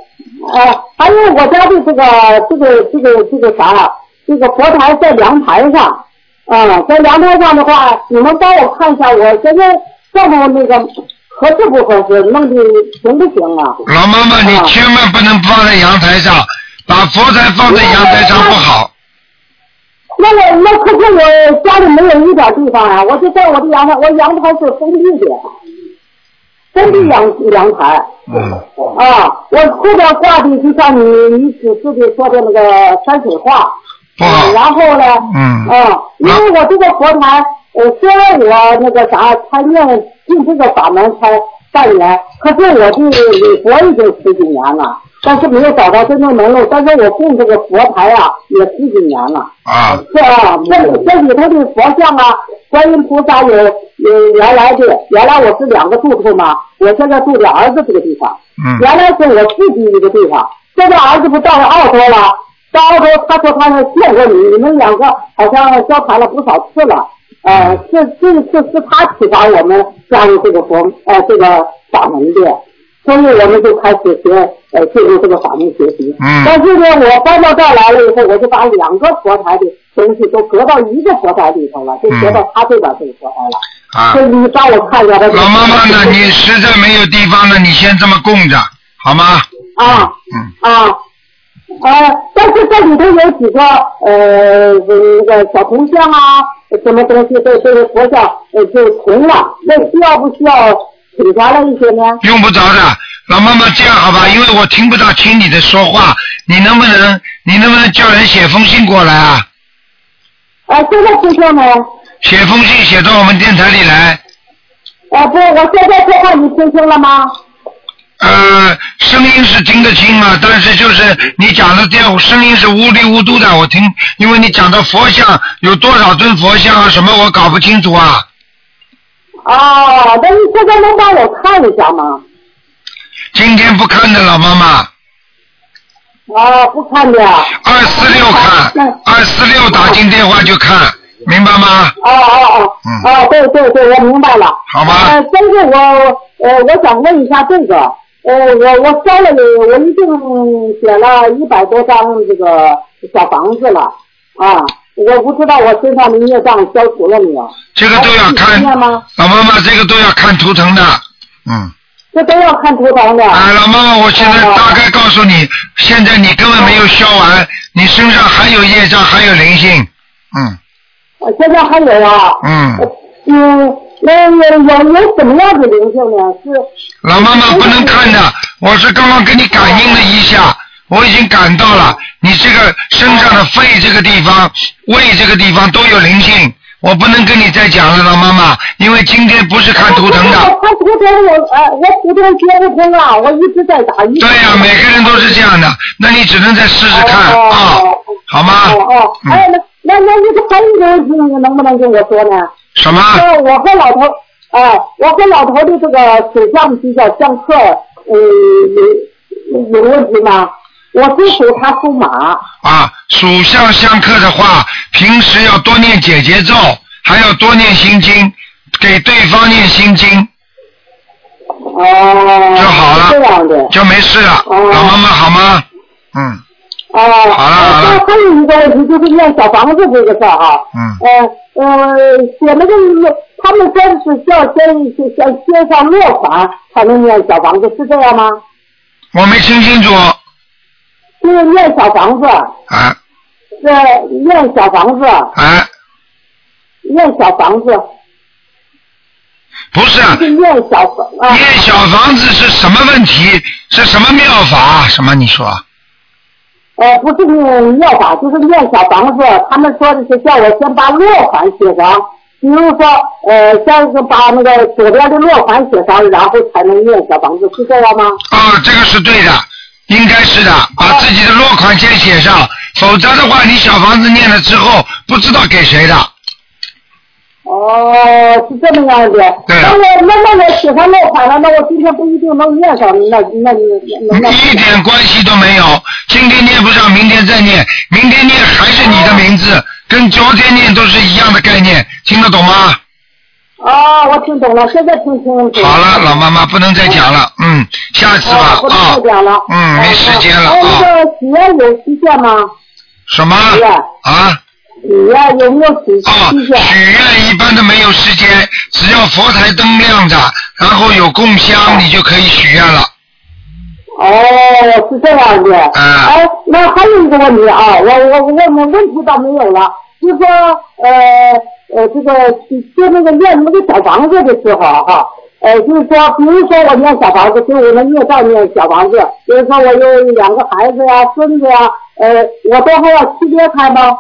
还有我家的这个啥，这个佛台在阳台上，在阳台上的话，你们帮我看一下，我现在上头那个合适不合适，弄的行不行啊？ 老妈妈，你千万不能放在阳台上，把佛台放在阳台上不好。 那可是我家里没有一点地方啊，我就在我的阳台，我阳台是封闭的。封闭阳台，我后边挂的就像你指示的说的那个山水画，然后呢，因为我这个佛台，虽然我那个啥才进这个法门才3年，可是我的礼佛已经10几年了，但是没有找到真正门路，但是我供这个佛台啊也10几年了，这里头的佛像啊，观音菩萨有原来我是2个住处嘛，我现在住在儿子这个地方，原来是我自己一个地方，现在儿子不到了澳洲了，到澳洲他说他见过你们2个好像交谈了不少次了，这次是他启发我们加入这个这个法门的，所以我们就开始进入这个法门学习。但是呢，我搬到这儿来了以后，我就把2个佛台的东西都搁到一个佛台里头了，就搁到他这边这个佛台了。所以你帮我看一下。 老妈妈呢，你实在没有地方了，你先这么供着，好吗？ 但是这里头有几个那个小铜像啊，什么东西这个佛像就铜了，那需要不需要请下来一些呢？ 用不着的，老妈妈这样好吧，因为我听不到听你的说话，你能不能叫人写封信过来啊？ 现在听清没？ 写封信写到我们电台里来。 不，我现在说话你听清了吗？ 声音是听得清啊，但是就是你讲的这样声音是呜里呜嘟的，我听，因为你讲的佛像有多少尊佛像啊什么我搞不清楚啊。 那你现在能帮我看一下吗？ 今天不看的，老妈妈。 不看的。 246看，246打进电话就看，明白吗？ 对，我明白了。 好吧。 但是我想问一下这个，我烧了，我一共写了100多张这个小房子了啊，我不知道我身上的孽障消除了没有。 这个都要看，老妈妈，这个都要看图腾的， 这都要看图腾的。 老妈妈，我现在大概告诉你，现在你根本没有消完，你身上还有业障，还有灵性， 现在还有啊。那有什么样的灵性呢？是老妈妈不能看的，我是刚刚给你感应了一下，我已经感到了，你这个身上的肺这个地方、胃这个地方都有灵性，我不能跟你再讲了，老妈妈，因为今天不是看图腾的。 看图腾我图腾接不通啊，我一直在打。 对呀，每个人都是这样的，那你只能再试试看好吗？ 那你还有一个问题，你能不能跟我说呢？ 什么？ 我和老头的这个水象比较相克，有问题吗？我是属他属马。 属相相克的话，平时要多念解结咒，还要多念心经，给对方念心经。就好了。 这样的。 就没事了。老妈妈好吗？好了。 还有一个问题就是念小房子这个事儿哈。写那个他们说是要先上落款才能念小房子，是这样吗？ 我没听清楚。 是念小房子。是念小房子。念小房子。 不是。 是念小房。 念小房子是什么问题？是什么妙法？什么？你说？ 不是念法，就是念小房子。他们说的是叫我先把落款写上，比如说先是把那个左边的落款写上，然后才能念小房子，是这样吗？ 这个是对的，应该是的，把自己的落款先写上，否则的话，你小房子念了之后不知道给谁的。 是这么样的。 对。 那我写上落款了，那我今天不一定能念上，那一点关系都没有。今天念不上，明天再念，明天念还是你的名字，跟昨天念都是一样的概念，听得懂吗？ 哦，我听懂了，现在听。 好了，老妈妈不能再讲了，下次吧， 不能再讲了。 没时间了啊。 那个许愿有期限吗？ 什么？啊？ 许愿有没有期限？ 许愿一般都没有时间，只要佛台灯亮着，然后有供香，你就可以许愿了。 哦，是这样的。哎，那还有一个问题啊，我问题倒没有了，就是说这个就那个念那个小房子的时候哈，就是说，比如说我念小房子，给我们孽障念小房子，比如说我有2个孩子呀、孙子呀，我都还要区别开吗？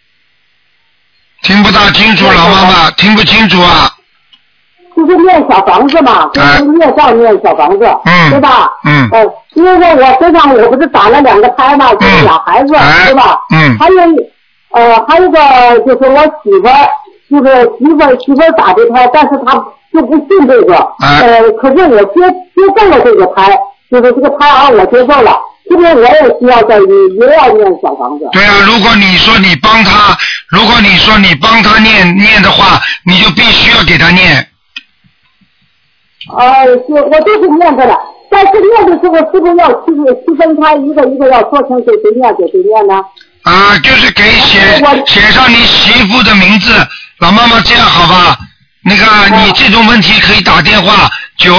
听不大清楚，老妈妈听不清楚啊。 就是念小房子嘛，就是孽障念小房子，对吧？因为说我身上我不是打了2个胎嘛，就是俩孩子，对吧？还有个就是我媳妇儿，就是媳妇儿打的胎，但是她就不信这个，可是我接受了这个胎，就是这个胎儿我接受了，是不是我也需要也要念小房子？ 对啊，如果你说你帮他念的话，你就必须要给他念。 我就是念着了，但是念的时候是不是要区分开一个要说成给谁念呢？ 就是给写上你媳妇的名字。老妈妈，这样好吧？那个你这种问题可以打电话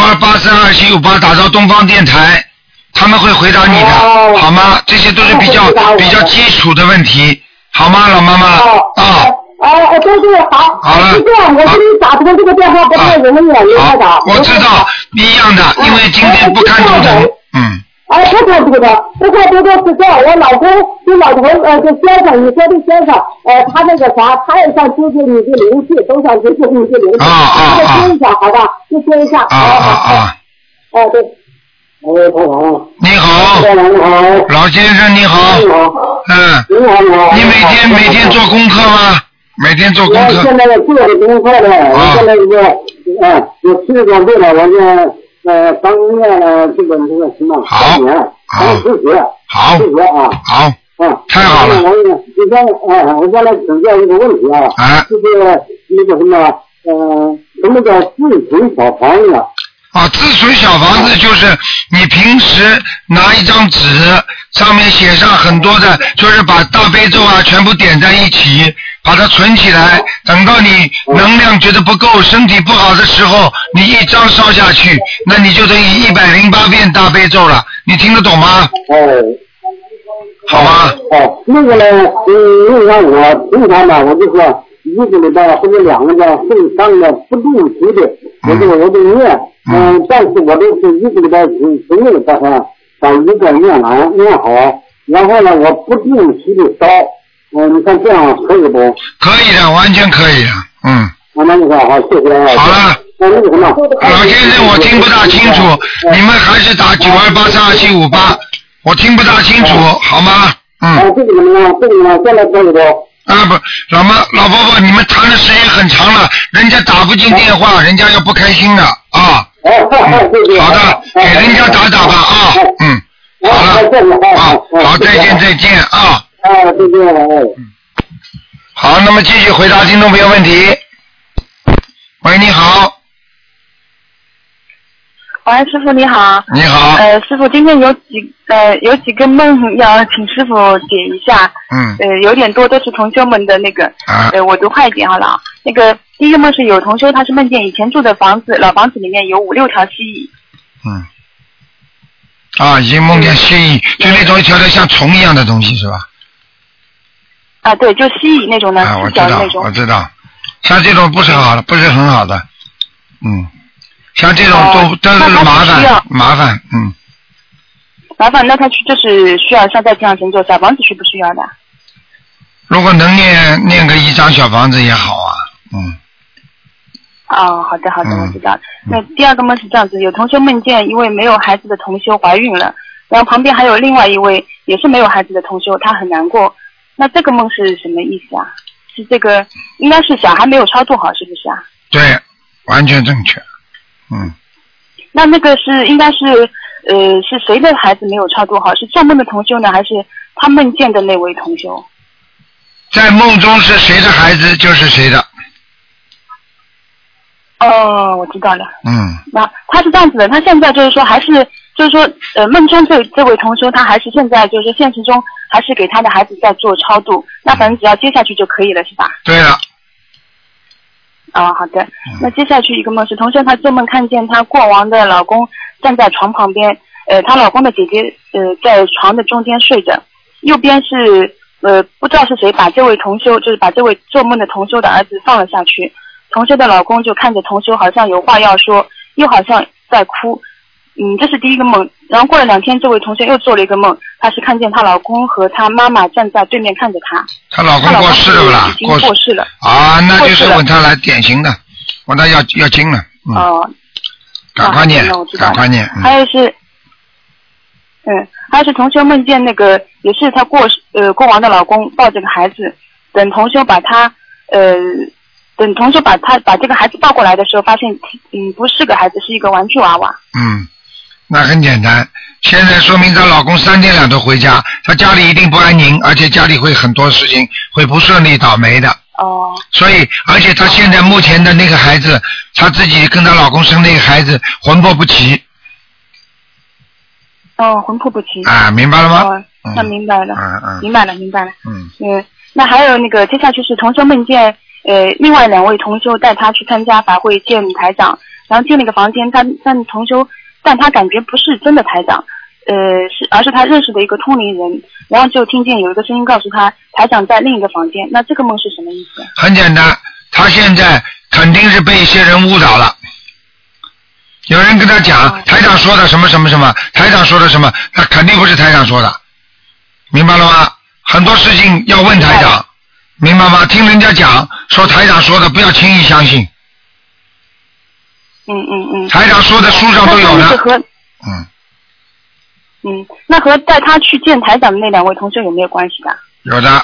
92832758打到东方电台，他们会回答你的，好吗？这些都是比较基础的问题，好吗，老妈妈？ 对，好了，是这样，我给你打通这个电话不太容易， 我知道，一样的，因为今天不看图腾， 不看图腾是这样，我老公就老头就先生，你说的先生，他那个啥，他也想接近你的灵气，都想接近你的灵气，接一下，好吧，就接一下，对。 你好，老先生你好，你每天做功课吗？每天做功课。 现在做的功课了，我现在我7个多岁了，我就刚念了这个什么3年，刚实学， 好，太好了。 我现在请教一个问题啊，就是那个什么叫自存小房子？ 自存小房子就是你平时拿一张纸，上面写上很多的，就是把大悲咒全部点在一起，把它存起来，等到你能量觉得不够，身体不好的时候，你一张烧下去，那你就等于108遍大悲咒了。你听得懂吗？好吗？ 那个呢，你看我平常吧，我就说1个礼拜或者2个的受伤的不定期的，我就念，但是我都是1个礼拜之内把1个念好，然后呢，我不定期的烧，你看这样可以不？ 可以的，完全可以的， 那你看好，谢谢。 好了。老先生，我听不大清楚，你们还是打92832758，我听不大清楚，好吗？ 这个怎么样？现在可以不？ 老伯伯，你们谈的时间很长了，人家打不进电话，人家要不开心的啊。好的，给人家打吧啊。好了，好，再见啊。 再见。 好，那么继续回答听众朋友问题。喂，你好。 喂，师傅你好。 你好。 师傅，今天有几个梦要请师傅解一下。有点多，都是同修们的那个。我读快一点好了啊。那个第一个梦是有同修，他是梦见以前住的房子，老房子里面有5、6条蜥蜴。 已经梦见蜥蜴，就那种一条条像虫一样的东西是吧？ 对，就蜥蜴那种的，四脚的那种。 我知道，像这种不是好的，不是很好的。像这种都是麻烦。麻烦， 那他就是需要像在这样神咒，小房子需不需要的？ 如果能念个1张小房子也好啊。 好的，我知道。那第二个梦是这样子，有同修梦见一位没有孩子的同修怀孕了，然后旁边还有另外一位也是没有孩子的同修，他很难过。那这个梦是什么意思啊？是这个应该是小孩没有超度好，是不是啊？ 对，完全正确。 那个是应该是是谁的孩子没有超度好？是做梦的同修呢，还是他梦见的那位同修？ 在梦中是谁的孩子就是谁的。 哦，我知道了。 嗯。 那他是这样子的，他现在就是说还是就是说梦中这位同修他还是现在就是说现实中还是给他的孩子在做超度，那反正只要接下去就可以了是吧？ 对了。 好的。那接下去一个梦是同修她做梦看见她过往的老公站在床旁边，她老公的姐姐在床的中间睡着，右边是不知道是谁把这位同修就是把这位做梦的同修的儿子放了下去，同修的老公就看着同修好像有话要说，又好像在哭。这是第一个梦。然后过了2天，这位同学又做了一个梦，她是看见她老公和她妈妈站在对面看着她。 她老公过世了不啦？ 已经过世了。 啊，那就是问她来典型的，问她要经了。哦。赶快念，赶快念。 还有是，还有是同修梦见那个也是她过往的老公抱着个孩子，等同修把这个孩子抱过来的时候，发现不是个孩子，是一个玩具娃娃。 那很简单，现在说明她老公3天2头回家，她家里一定不安宁，而且家里会很多事情会不顺利倒霉的。所以而且她现在目前的那个孩子，她自己跟她老公生那个孩子魂魄不齐。 魂魄不齐。 明白了吗？ 那明白了。明白了。那还有那个接下去是同修梦见另外2位同修带他去参加法会见台长，然后进了一个房间，但他感觉不是真的台长，而是他认识的一个通灵人，然后就听见有一个声音告诉他台长在另一个房间。那这个梦是什么意思？ 很简单，他现在肯定是被一些人误导了。有人跟他讲台长说的什么什么什么，台长说的什么，他肯定不是台长说的，明白了吗？很多事情要问台长，明白吗？听人家讲说台长说的不要轻易相信。台长说的书上都有的。 那和带他去见台长的那2位同学有没有关系的？ 有的。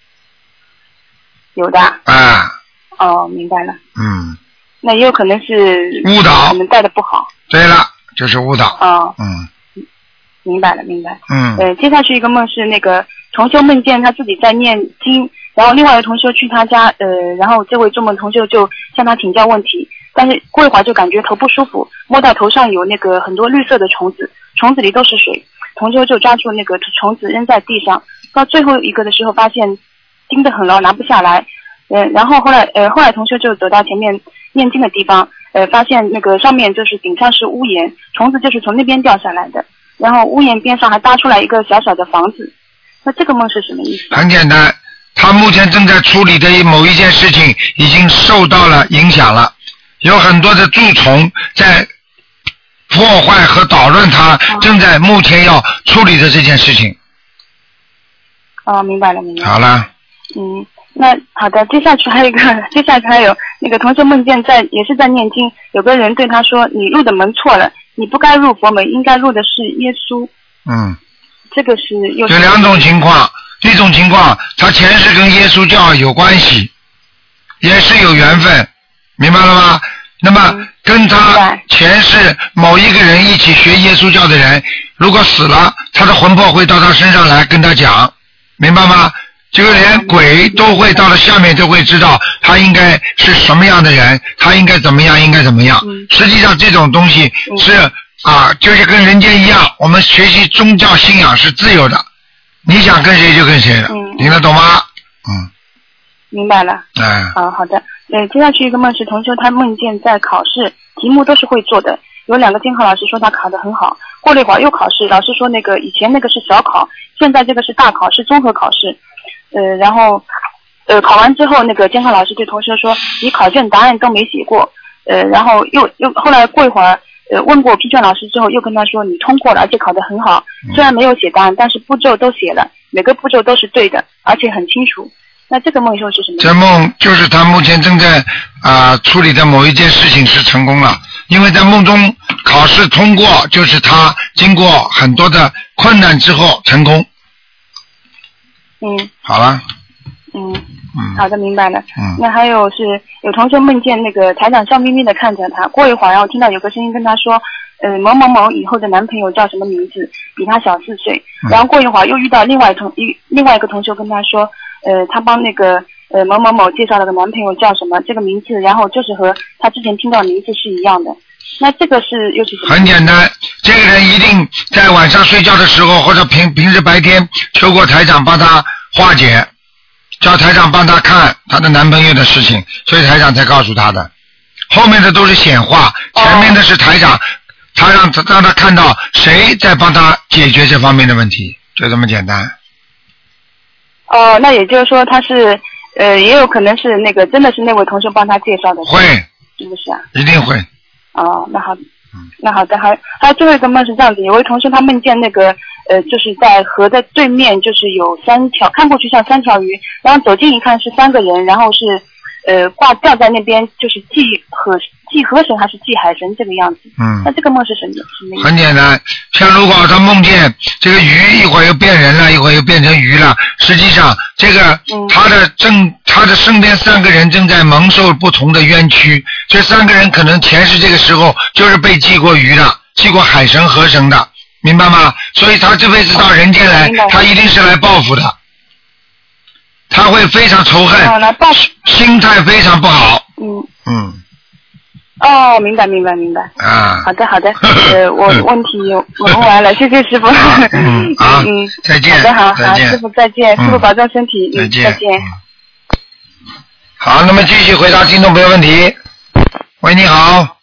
有的。明白了。那也有可能是误导， 可能带的不好。 对了，就是误导。 明白了。接下去一个梦是那个同修梦见他自己在念经，然后另外一个同修去他家，然后这位做梦同修就向他请教问题，但是过一会儿就感觉头不舒服，摸到头上有那个很多绿色的虫子，虫子里都是水，同修就抓住那个虫子扔在地上，到最后一个的时候发现盯得很牢，拿不下来。然后后来同修就走到前面念经的地方，发现那个上面就是顶上是屋檐，虫子就是从那边掉下来的，然后屋檐边上还搭出来一个小小的房子。那这个梦是什么意思？ 很简单，他目前正在处理的某一件事情已经受到了影响了，有很多的蛀虫在破坏和捣乱他正在目前要处理的这件事情。 明白了。 好了。 那好的，接下去还有那个同学梦见也是在念经，有个人对他说你入的门错了，你不该入佛门，应该入的是耶稣。这个是有 2种情况，一种情况他前世跟耶稣教有关系，也是有缘分，明白了吗？那么跟他前世某一个人一起学耶稣教的人，如果死了，他的魂魄会到他身上来跟他讲，明白吗？这个连鬼都会到了下面都会知道他应该是什么样的人，他应该怎么样。实际上这种东西是就是跟人间一样，我们学习宗教信仰是自由的，你想跟谁就跟谁了，听得懂吗？ 明白了。好的。接下去一个梦是同修他梦见在考试，题目都是会做的，有2个监考老师说他考得很好，过了一会儿又考试，老师说那个以前那个是小考，现在这个是大考，是综合考试。然后考完之后那个监考老师对同学说你考卷答案都没写过，然后又后来过一会儿问过批卷老师之后又跟他说你通过了，而且考得很好，虽然没有写答案，但是步骤都写了，每个步骤都是对的，而且很清楚。那这个梦又是什么？ 这梦就是他目前正在处理的某一件事情是成功了，因为在梦中考试通过，就是他经过很多的困难之后成功。好了。 好的，明白了。那还有是有同学梦见那个台长笑眯眯的看着他，过一会儿然后听到有个声音跟他说某某某以后的男朋友叫什么名字，比他小4岁。然后过一会儿又遇到另外一个同学跟他说他帮那个某某某介绍了个男朋友叫什么这个名字，然后就是和他之前听到的名字是一样的。那这个是又是什么？ 很简单，这个人一定在晚上睡觉的时候或者平时白天求过台长帮他化解，叫台长帮他看他的男朋友的事情，所以台长才告诉他的。后面的都是显化，前面的是台长，他让他看到谁在帮他解决这方面的问题，就这么简单。 哦，那也就是说他是也有可能是那个真的是那位同学帮他介绍的。 会。 是不是啊？ 一定会。 哦，那好，那好的，还有最后一个梦是这样子，有位同学他梦见那个就是在河的对面，就是有3条，看过去像3条鱼，然后走近一看是3个人，然后是吊在那边，就是祭河神还是祭海神这个样子。那这个梦是什么意思？ 很简单，像如果他梦见这个鱼一会儿又变人了，一会儿又变成鱼了，实际上这个他的身边3个人正在蒙受不同的冤屈，这3个人可能前世这个时候就是被祭过鱼的，祭过海神河神的，明白吗？所以他这辈子到人间来，他一定是来报复的，他会非常仇恨，心态非常不好。 哦，明白。 啊， 好的，我问题问完了，谢谢师傅。 再见。 好的，好，师傅再见，师傅保重身体。再见。 好，那么继续回答听众朋友问题。喂，你好。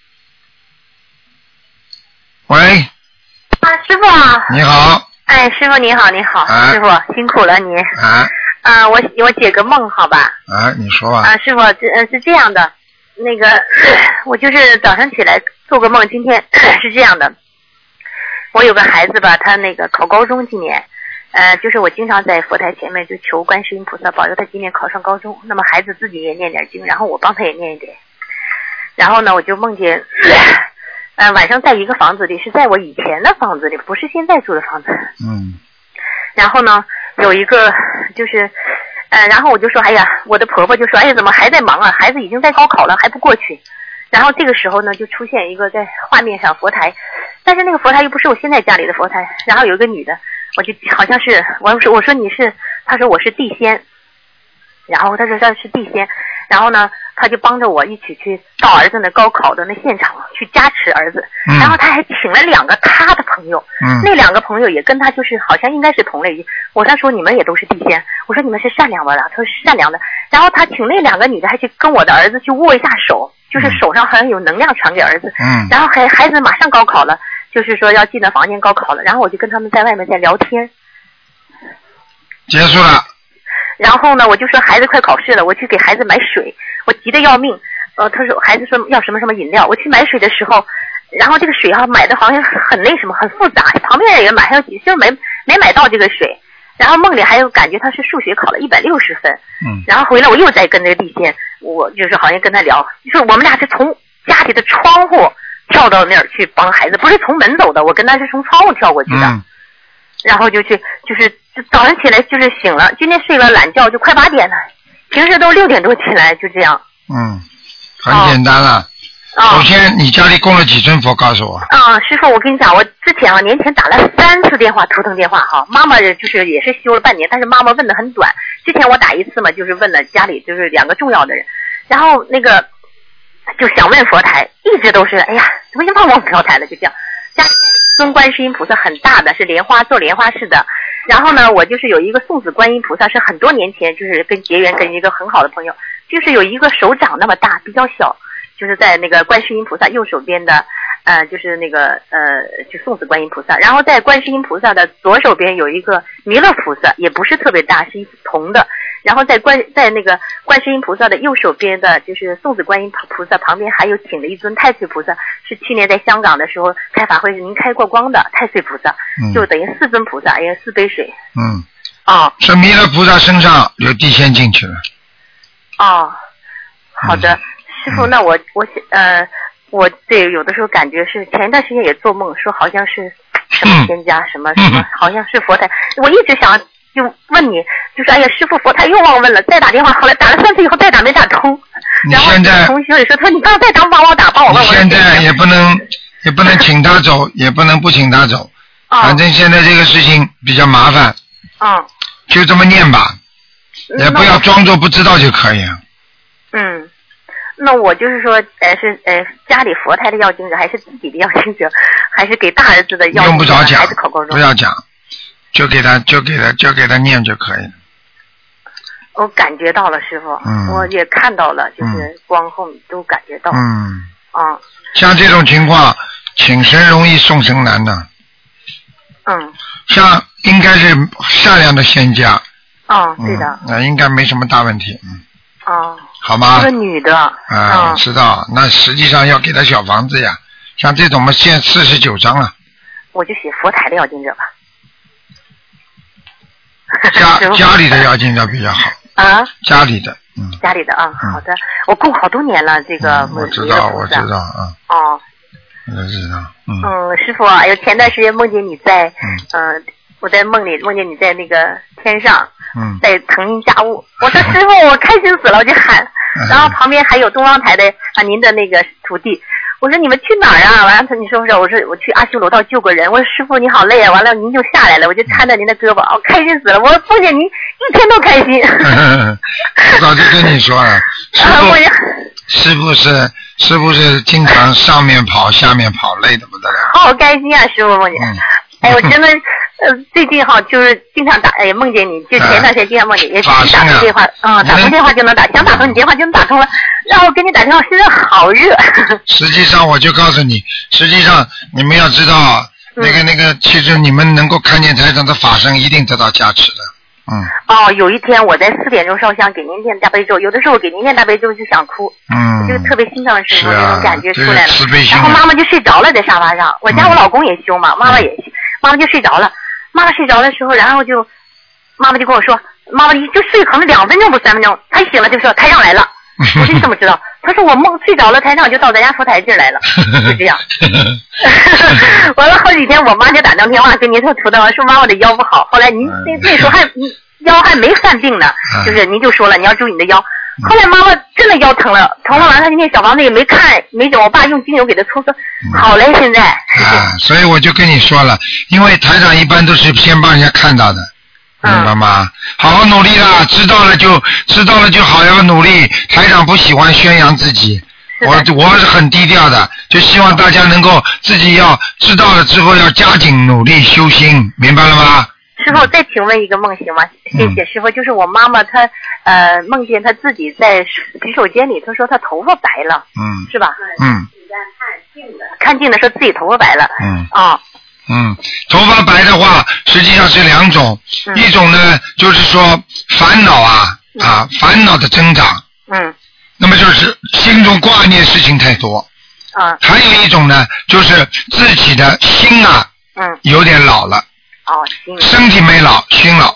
喂。 师傅啊。 你好。 哎，师傅你好，师傅辛苦了你。我解个梦好吧？ 你说吧。 师傅是这样的。那个，我就是早上起来做个梦，今天是这样的，我有个孩子吧，他那个考高中今年，就是我经常在佛台前面就求观世音菩萨保佑他今年考上高中，那么孩子自己也念点经，然后我帮他也念一点，然后呢我就梦见，晚上在一个房子里，是在我以前的房子里，不是现在住的房子，然后呢有一个就是。然后我就说，哎呀，我的婆婆就说，哎呀，怎么还在忙啊？孩子已经在高考了，还不过去。然后这个时候呢，就出现一个在画面上佛台，但是那个佛台又不是我现在家里的佛台。然后有一个女的，我就好像是我说你是，她说我是地仙，然后她说她是地仙，然后呢，她就帮着我一起去到儿子的高考的那现场去加持儿子，然后她还请了2个她的朋友，那2个朋友也跟她就是好像应该是同类。我她说你们也都是地仙，我说你们是善良的，她说是善良的。然后她请那2个女的还去跟我的儿子去握一下手，就是手上好像有能量传给儿子。然后孩子马上高考了，就是说要进到房间高考了，然后我就跟他们在外面在聊天。 结束了。 然后呢，我就说孩子快考试了，我去给孩子买水，我急得要命。他说孩子说要什么什么饮料，我去买水的时候，然后这个水买的好像很那什么，很复杂，旁边人也买，还有就是没买到这个水。然后梦里还有感觉他是数学考了160分，然后回来我又在跟那个地仙，我就是好像跟他聊，就是我们俩是从家里的窗户跳到那儿去帮孩子，不是从门走的，我跟他是从窗户跳过去的。然后就早上起来就是醒了，今天睡了懒觉就快8点了，平时都6点多起来，就这样。 很简单了。首先你家里供了几尊佛告诉我。 师傅我跟你讲，我之前年前打了3次电话，图腾电话妈妈就是也是修了半年，但是妈妈问的很短，之前我打1次嘛，就是问了家里就是2个重要的人，然后那个就想问佛台，一直都是哎呀怎么又忘佛台了，就这样。家里尊观世音菩萨很大的，是做莲花式的，然后呢我就是有一个送子观音菩萨，是很多年前就是结缘跟一个很好的朋友，就是有一个手掌那么大比较小，就是在那个观世音菩萨右手边的就是那个就送子观音菩萨，然后在观世音菩萨的左手边有一个弥勒菩萨，也不是特别大，是一铜的，然后在那个观世音菩萨的右手边的就是送子观音菩萨旁边还有请了一尊太岁菩萨，是去年在香港的时候开法会您开过光的太岁菩萨，就等于4尊菩萨，也4杯水。 是弥勒菩萨身上有地仙进去了。 好的，师傅，那我对有的时候感觉是前一段时间也做梦说好像是什么仙家什么什么，好像是佛台，我一直想就问你，就说哎呀师傅佛台又忘问了，再打电话，后来打了3次以后再打没打通，然后同学也说你刚才再打帮我问我。 现在也不能请他走，也不能不请他走，反正现在这个事情比较麻烦，就这么念吧。 也不要装作不知道就可以。 那我就是说，是家里佛台的要经者，还是自己的要经者，还是给大儿子的要经者？ 用不着讲， 孩子考高中不要讲，就给他念就可以了。 我感觉到了，师傅，我也看到了，就是光后都感觉到。 像这种情况，请神容易送神难的。像应该是善良的仙家。 对的。 那应该没什么大问题。好吗？ 是个女的。 知道。那实际上要给他小房子呀，像这种嘛，现49张了。 我就写佛台的要经者吧。 家里的要经者比较好。家里的。 家里的好的，我供好多年了，这个我知道我知道师傅，哎呦，前段时间梦见你在我在梦里梦见你在那个天上，在腾云驾雾，我说师傅，我开心死了，我就喊，然后旁边还有东方台的您的那个徒弟，我说你们去哪儿啊？完了你说不是？我说我去阿修罗道救个人。我说师傅你好累啊！完了您就下来了，我就搀着您的胳膊，我开心死了。我梦见您一天都开心。 我早就跟你说了，师傅是经常上面跑下面跑，累得不得了。 好开心啊，师傅梦见。哎，我真的最近就是经常梦见你，就前段时间经常梦见，也是打通电话，打通电话就能打，想打通你电话就能打通了，让我跟你打电话，现在好热。 实际上我就告诉你，实际上你们要知道，那个，其实你们能够看见台长的法身，一定得到加持的。 有一天我在4点钟烧香给您念大悲咒，有的时候我给您念大悲咒就想哭，我就特别心疼的时候，那种感觉出来了。然后妈妈就睡着了在沙发上，我家我老公也修嘛，妈妈就睡着了。妈妈睡着的时候，然后妈妈就跟我说，妈妈你就睡可能2分钟不3分钟，她一醒了就说台长来了。我说你怎么知道？他说我睡着了，台长就到咱家佛台这儿来了，就这样。完了好几天，我妈就打张电话跟您说图的，说妈我的腰不好。后来您那时候腰还没犯病呢，就是您就说了你要注意你的腰。后来妈妈真的腰疼了，完她今天小房子也没看没整，我爸用精油给她搓搓，好嘞现在。 所以我就跟你说了，因为台长一般都是先帮人家看到的。明白吗？好好努力啦，知道了就好，要努力。台长不喜欢宣扬自己，我是很低调的，就希望大家能够自己要知道了之后要加紧努力修心，明白了吗？ 师傅，再请问一个梦行吗？谢谢师傅。就是我妈妈她梦见她自己在洗手间里，她说她头发白了，是吧？看镜的说自己头发白了， 头发白的话，实际上是2种，一种呢就是说烦恼烦恼的增长，那么就是心中挂念事情太多，还有一种呢就是自己的心有点老了，身体没老，心老，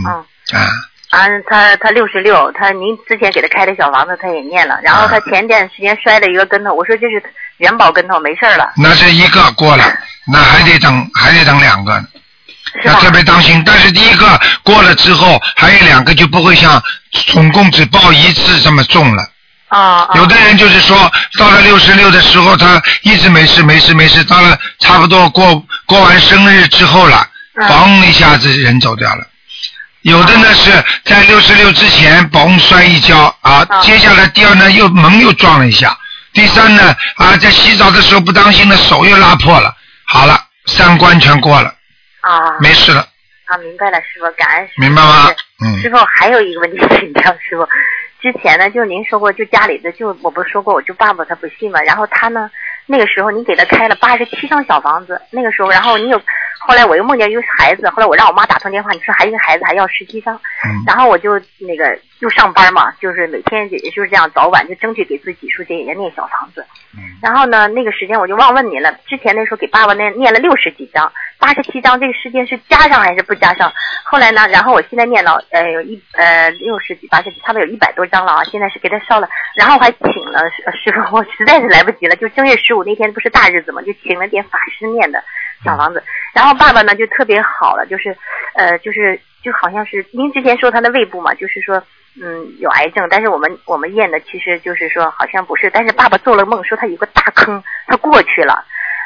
他66，您之前给他开的小房子他也念了，然后他前段时间摔了一个跟头，我说这是元宝跟头，没事了。 那是一个过了，那还得等2个，要特别当心。但是第一个过了之后，还有2个就不会像总共只报1次这么重了。有的人就是说到了66的时候，他一直没事，到了差不多过完生日之后了，嘣一下子人走掉了。有的呢是在66之前嘣摔一跤接下来第2呢门又撞了一下，第3呢在洗澡的时候不当心的手又拉破了，好了3关全过了没事了。 明白了师傅，感恩师傅。 明白吗？ 师傅还有一个问题请教师傅，之前呢就您说过，就家里的我不是说过我爸爸他不信嘛，然后他呢那个时候您给他开了87张小房子，那个时候然后后来我又梦见一个孩子，后来我让我妈打通电话，你说还有一个孩子还要17张，然后我就又上班嘛，就是每天也就是这样早晚就争取给自己书写也念小房子，然后呢那个时间我就忘问您了，之前那时候给爸爸念了60几张，87张，这个时间是加上还是不加上？后来呢，然后我现在念了有60几80几，差不多有100多张了现在是给他烧了，然后还请了师傅，我实在是来不及了，就正月15那天不是大日子嘛，就请了点法师念的小房子，然后爸爸呢就特别好了，就好像是您之前说他的胃部嘛，就是说有癌症，但是我们验的其实就是说好像不是，但是爸爸做了梦说他有个大坑，他过去了。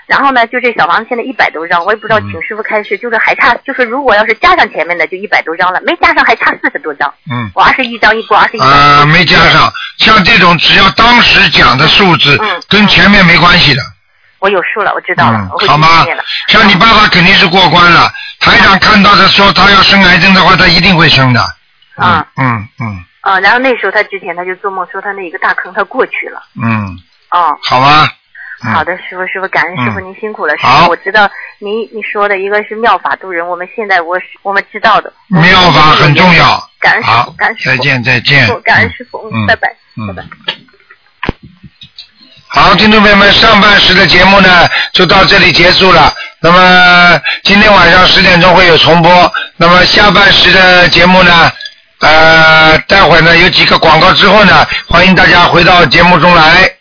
然后呢，就这小房子现在100多张，我也不知道，请师傅开示，就是还差，就是如果要是加上前面的就100多张了，没加上还差40多张。我21张一波，21张。 没加上，像这种只要当时讲的数字，跟前面没关系的。我有数了，我知道了，我会好吗？像你爸爸肯定是过关了，台长看到的说他要生癌症的话，他一定会生的。 然后那时候他之前他就做梦说他那一个大坑他过去了。 好吧。 好的，师傅，感恩师傅您辛苦了。师傅，我知道你说的一个是妙法度人，我们现在我们知道的。 妙法很重要。 感恩师傅，感恩师傅。 再见。 感恩师傅，拜拜。拜拜。 好，听众朋友们，上半时的节目呢就到这里结束了。那么今天晚上10点钟会有重播。那么下半时的节目呢，待会儿呢有几个广告之后呢，欢迎大家回到节目中来。